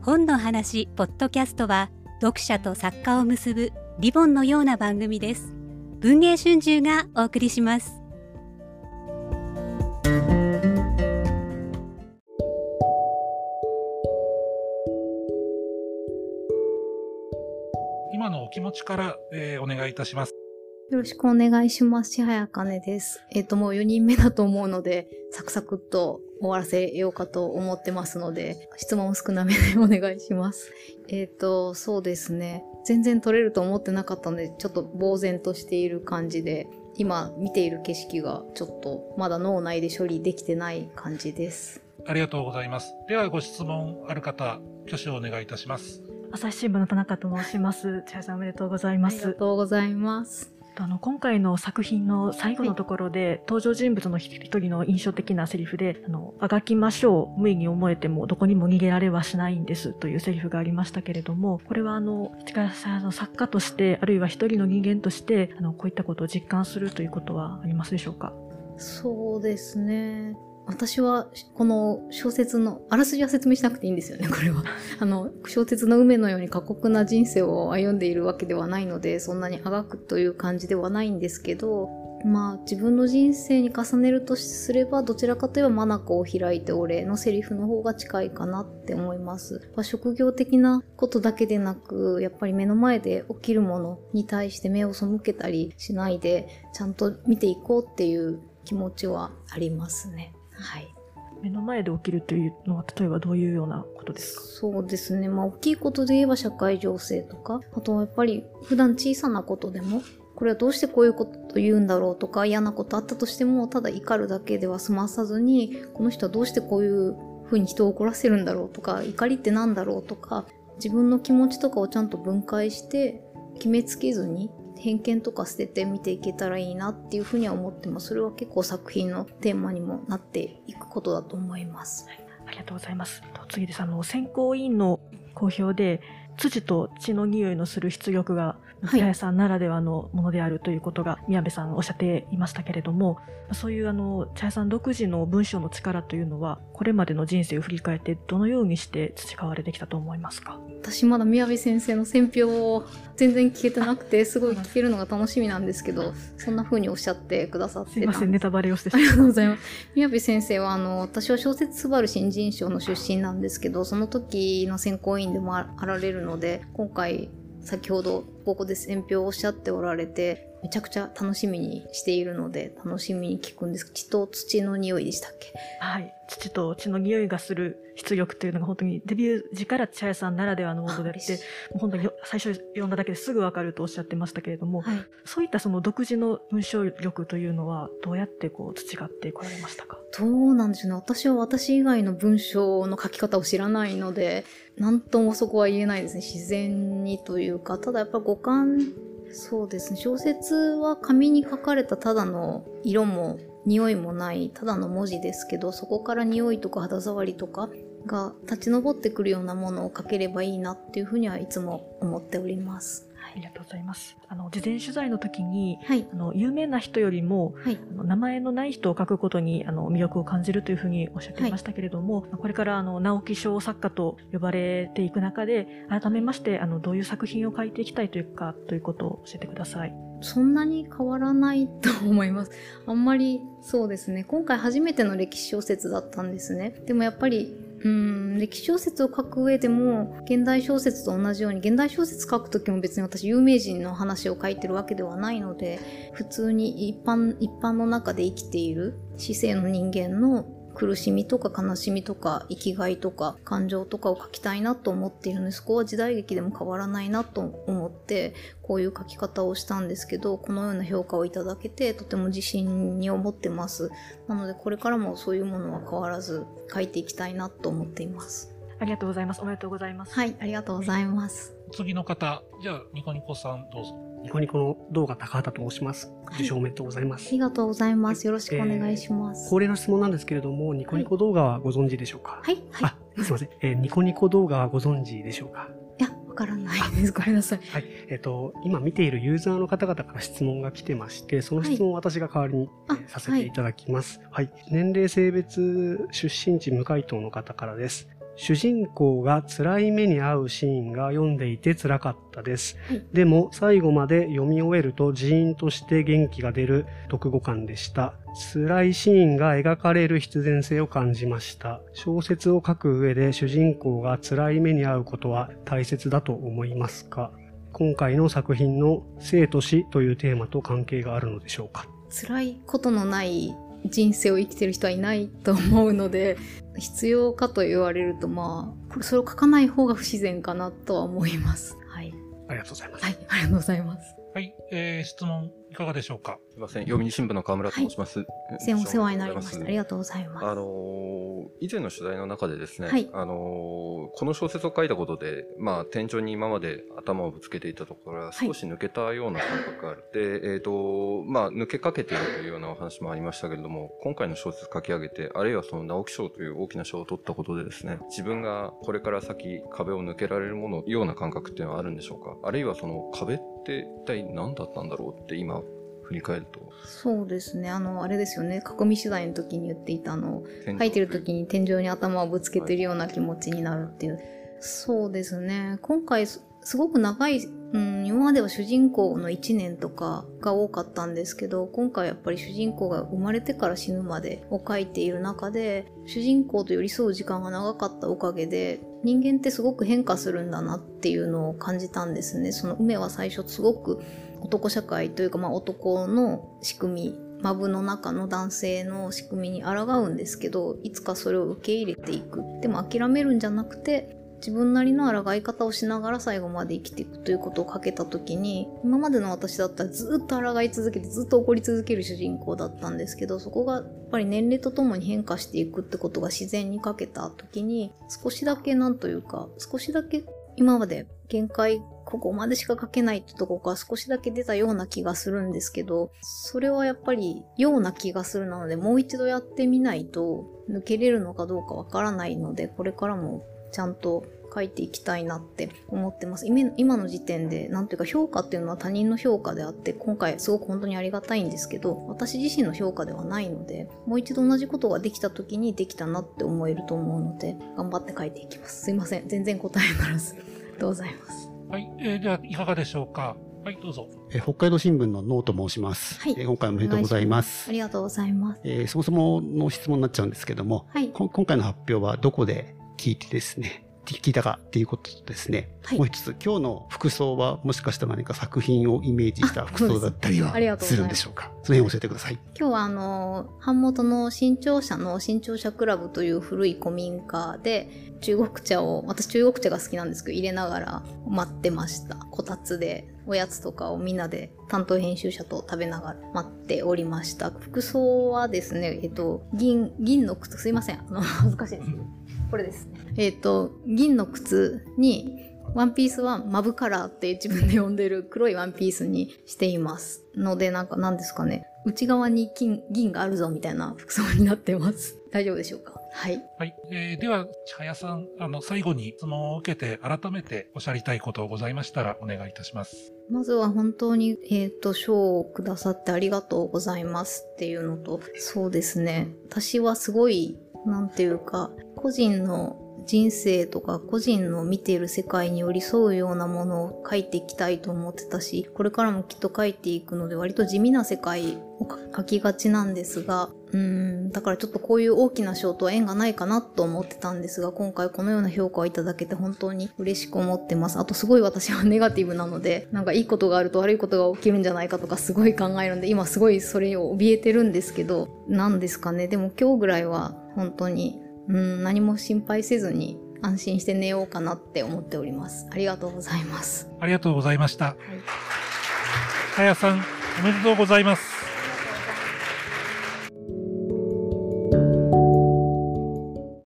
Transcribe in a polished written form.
本の話ポッドキャストは読者と作家を結ぶリボンのような番組です。文藝春秋がお送りします。 今のお気持ちから、お願いいたします。 よろしくお願いします。千早茜です。もう4人目だと思うので、サクサクっと終わらせようかと思ってますので、質問少なめでお願いします。そうですね。全然取れると思ってなかったので、ちょっと呆然としている感じで、今見ている景色がちょっとまだ脳内で処理できてない感じです。 ありがとうございます。ではご質問ある方、挙手をお願いいたします。 朝日新聞の田中と申します。千早さんおめでとうございます。 ありがとうございます。 今回の作品の最後のところで、登場人物の一人の印象的なセリフで、あがきましょう、無意に思えてもどこにも逃げられはしないんですというセリフがありましたけれども、これは市川さん作家として、あるいは一人の人間として、こういったことを実感するということはありますでしょうか？ そうですね。私はこの小説のあらすじは説明しなくていいんですよね、これは。小説の梅のように過酷な人生を歩んでいるわけではないので、そんなにあがくという感じではないんですけど、自分の人生に重ねるとすれば、どちらかといえば眼を開いておれのセリフの方が近いかなって思います。職業的なことだけでなく、やっぱり目の前で起きるものに対して目を背けたりしないで、ちゃんと見ていこうっていう気持ちはありますね。はい。 目の前で起きるというのは、例えばどういうようなことですか？ そうですね。大きいことで言えば社会情勢とか、あとはやっぱり普段小さなことでも、これはどうしてこういうこと言うんだろうとか、嫌なことあったとしても、ただ怒るだけでは済まさずに、この人はどうしてこういう風に人を怒らせるんだろうとか、怒りってなんだろうとか、自分の気持ちとかをちゃんと分解して決めつけずに、偏見とか捨てて見ていけたらいいなっていうふうには思ってます。それは結構作品のテーマにもなっていくことだと思います。 ありがとうございます。次です。選考委員の公表で、土と血の匂いのする出力が千早さんならではのものであるということが宮部さんおっしゃっていましたけれども、そういう千早さん独自の文章の力というのは、これまでの人生を振り返ってどのようにして培われてきたと思いますか？ 私まだ宮部先生の選評を全然聞けてなくて、すごい聞けるのが楽しみなんですけど、そんな風におっしゃってくださってた。 すいません、ネタバレをしてありがとうございます。宮部先生は私は小説すばる新人賞の出身なんですけど、その時の選考委員でもあられるので、今回先ほどここで選評をおっしゃっておられて、めちゃくちゃ楽しみにしているので、楽しみに聞くんです。血と土の匂いでしたっけ？ はい。土と血の匂いがする出力というのが本当にデビュー時から千早さんならではのものであって、もう本当に最初読んだだけですぐわかるとおっしゃってましたけれども、はい、そういったその独自の文章力というのはどうやって培ってこられましたか？ どうなんでしょうね。私は私以外の文章の書き方を知らないので、なんともそこは言えないですね。自然にというか、ただやっぱ五感、そうですね。小説は紙に書かれたただの色も匂いもないただの文字ですけど、そこから匂いとか肌触りとかが立ち上ってくるようなものを書ければいいなっていうふうにはいつも思っております。 ありがとうございます。事前取材の時に、 はい、 有名な人よりも、はい、名前のない人を書くことに魅力を感じるというふうにおっしゃっていましたけれども、はい、これから直木賞作家と呼ばれていく中で、改めましてどういう作品を書いていきたいというかということを教えてください。 そんなに変わらないと思います。あんまりそうですね。今回初めての歴史小説だったんですね。でもやっぱり歴史小説を書く上でも現代小説と同じように、現代小説書くときも別に私有名人の話を書いてるわけではないので、普通に一般の中で生きている市井の人間の苦しみとか悲しみとか生きがいとか感情とかを書きたいなと思っているので、そこは時代劇でも変わらないなと思ってこういう書き方をしたんですけど、このような評価をいただけてとても自信に思ってます。なのでこれからもそういうものは変わらず書いていきたいなと思っています。 ありがとうございます。おめでとうございます。 はい、ありがとうございます。 次の方、じゃあニコニコさんどうぞ。 ニコニコの動画高畑と申します。受賞おめでとうございます。 ありがとうございます。よろしくお願いします。 恒例の質問なんですけれども、ニコニコ動画はご存知でしょうか？ はい。はい。 すいません。ニコニコ動画はご存知でしょうか？ いや、わからないです。ごめんなさい。 はい。今見ているユーザーの方々から質問が来てまして、その質問を私が代わりに、させていただきます。はい。年齢、性別、出身地、無回答の方からです。 主人公が辛い目に遭うシーンが読んでいて辛かったです。 はい、 でも最後まで読み終えるとジーンとして元気が出る読後感でした。辛いシーンが描かれる必然性を感じました。小説を書く上で主人公が辛い目に遭うことは大切だと思いますか？今回の作品の生と死というテーマと関係があるのでしょうか？ 辛いことのない人生を生きてる人はいないと思うので、必要かと言われるとそれを書かない方が不自然かなとは思います。はい。 ありがとうございます。 はい、ありがとうございます。 はい、質問いかがでしょうか？ すいません、読売新聞の河村と申します。はい、 お世話になりました。ありがとうございます。 以前の取材の中でですね、 はい、 この小説を書いたことで、天井に今まで頭をぶつけていたところが少し抜けたような感覚がある。で、抜けかけているというようなお話もありましたけれども、今回の小説書き上げて、あるいはその直木賞という大きな賞を取ったことでですね、自分がこれから先壁を抜けられるような感覚っていうのはあるんでしょうか？あるいはその壁って一体何だったんだろうって今振り返ると。 そうですね。あれですよね。囲み取材の時に言っていた書いてる時に天井に頭をぶつけてるような気持ちになるっていう。はい、そうですね。今回すごく長い、今までは主人公の1年とかが多かったんですけど、今回やっぱり主人公が生まれてから死ぬまでを書いている中で、主人公と寄り添う時間が長かったおかげで、人間ってすごく変化するんだなっていうのを感じたんですね。その梅は最初すごく男社会というか、男の仕組み、マブの中の男性の仕組みに抗うんですけど、いつかそれを受け入れていく。でも諦めるんじゃなくて、自分なりの抗い方をしながら最後まで生きていくということをかけたときに、今までの私だったらずっと抗い続けてずっと怒り続ける主人公だったんですけど、そこがやっぱり年齢とともに変化していくってことが自然にかけたときに、少しだけ今まで限界ここまでしか書けないってとこが少しだけ出たような気がするんですけど、それはやっぱりような気がするなので、もう一度やってみないと抜けれるのかどうかわからないので、これからもちゃんと書いていきたいなって思ってます。今の時点でなんていうか評価っていうのは他人の評価であって、今回すごく本当にありがたいんですけど、私自身の評価ではないので、もう一度同じことができた時にできたなって思えると思うので、頑張って書いていきます。すいません、全然答えにならず。ありがとうございます。 はい、ではいかがでしょうか？はい、どうぞ。 北海道新聞の能と申します。はい、今回おめでとうございます。 ありがとうございます。 そもそもの質問になっちゃうんですけども、はい、今回の発表はどこで聞いてですね、聞いたかっていうことですね。はい、もう一つ、今日の服装はもしかしたら何か作品をイメージした服装だったりはするんでしょうか？その辺教えてください。 今日は版元の新潮社の新潮社クラブという古い古民家で、私中国茶が好きなんですけど入れながら待ってました。こたつでおやつとかをみんなで担当編集者と食べながら待っておりました。服装はですね、銀の靴、すいません、恥ずかしいですけど、これですね。銀の靴にワンピースはマブカラーって自分で呼んでる黒いワンピースにしていますので、なんですかね、内側に銀があるぞみたいな服装になってます。大丈夫でしょうか？はい。 はい。では、千早さん、最後に質問を受けて、改めておっしゃりたいことをございましたら、お願いいたします。 まずは本当に、賞をくださってありがとうございますっていうのと、そうですね。私はすごい、なんていうか、個人の人生とか個人の見ている世界に寄り添うようなものを書いていきたいと思ってたし、これからもきっと書いていくので割と地味な世界を書きがちなんですが、だからちょっとこういう大きな賞とは縁がないかなと思ってたんですが、今回このような評価をいただけて本当に嬉しく思ってます。あとすごい私はネガティブなので、なんかいいことがあると悪いことが起きるんじゃないかとかすごい考えるんで、今すごいそれを怯えてるんですけど、なんですかね。でも今日ぐらいは本当に何も心配せずに安心して寝ようかなって思っております。ありがとうございます。 ありがとうございました。 はい、 千早さん、おめでとうございます。